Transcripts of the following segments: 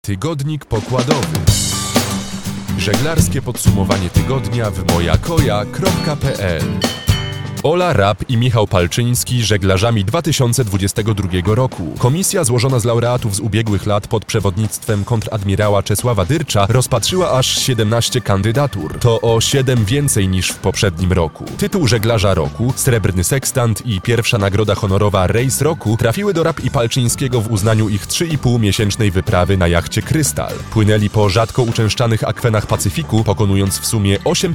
Tygodnik pokładowy. Żeglarskie podsumowanie tygodnia w mojakoja.pl. Ola Rap i Michał Palczyński żeglarzami 2022 roku. Komisja złożona z laureatów z ubiegłych lat pod przewodnictwem kontradmirała Czesława Dyrcza rozpatrzyła aż 17 kandydatur. To o 7 więcej niż w poprzednim roku. Tytuł żeglarza roku, srebrny sekstant i pierwsza nagroda honorowa Rejs roku trafiły do Rap i Palczyńskiego w uznaniu ich 3,5-miesięcznej wyprawy na jachcie Krystal. Płynęli po rzadko uczęszczanych akwenach Pacyfiku, pokonując w sumie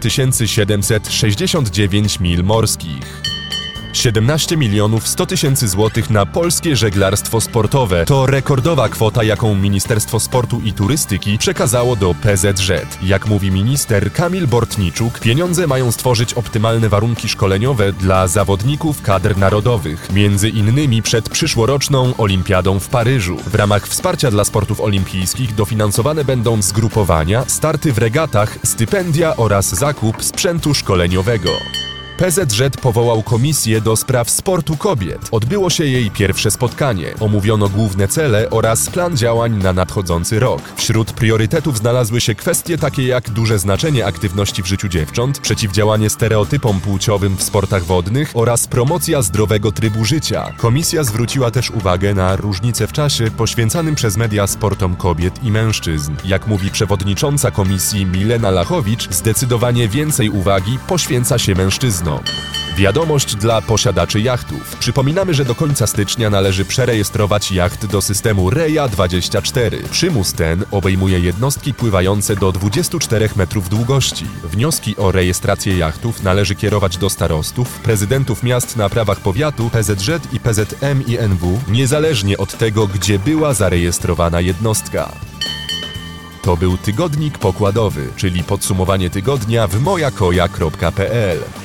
8769 mil morskich. 17 100 000 złotych na polskie żeglarstwo sportowe to rekordowa kwota, jaką Ministerstwo Sportu i Turystyki przekazało do PZŻ. Jak mówi minister Kamil Bortniczuk, pieniądze mają stworzyć optymalne warunki szkoleniowe dla zawodników kadr narodowych, między innymi przed przyszłoroczną Olimpiadą w Paryżu. W ramach wsparcia dla sportów olimpijskich dofinansowane będą zgrupowania, starty w regatach, stypendia oraz zakup sprzętu szkoleniowego. PZŻ powołał komisję do spraw sportu kobiet. Odbyło się jej pierwsze spotkanie. Omówiono główne cele oraz plan działań na nadchodzący rok. Wśród priorytetów znalazły się kwestie takie jak duże znaczenie aktywności w życiu dziewcząt, przeciwdziałanie stereotypom płciowym w sportach wodnych oraz promocja zdrowego trybu życia. Komisja zwróciła też uwagę na różnice w czasie poświęcanym przez media sportom kobiet i mężczyzn. Jak mówi przewodnicząca komisji Milena Lachowicz, zdecydowanie więcej uwagi poświęca się mężczyznom. Wiadomość dla posiadaczy jachtów. Przypominamy, że do końca stycznia należy przerejestrować jacht do systemu REJA24. Przymus ten obejmuje jednostki pływające do 24 metrów długości. Wnioski o rejestrację jachtów należy kierować do starostów, prezydentów miast na prawach powiatu, PZŻ i PZM-INW, niezależnie od tego, gdzie była zarejestrowana jednostka. To był Tygodnik Pokładowy, czyli podsumowanie tygodnia w mojakoja.pl.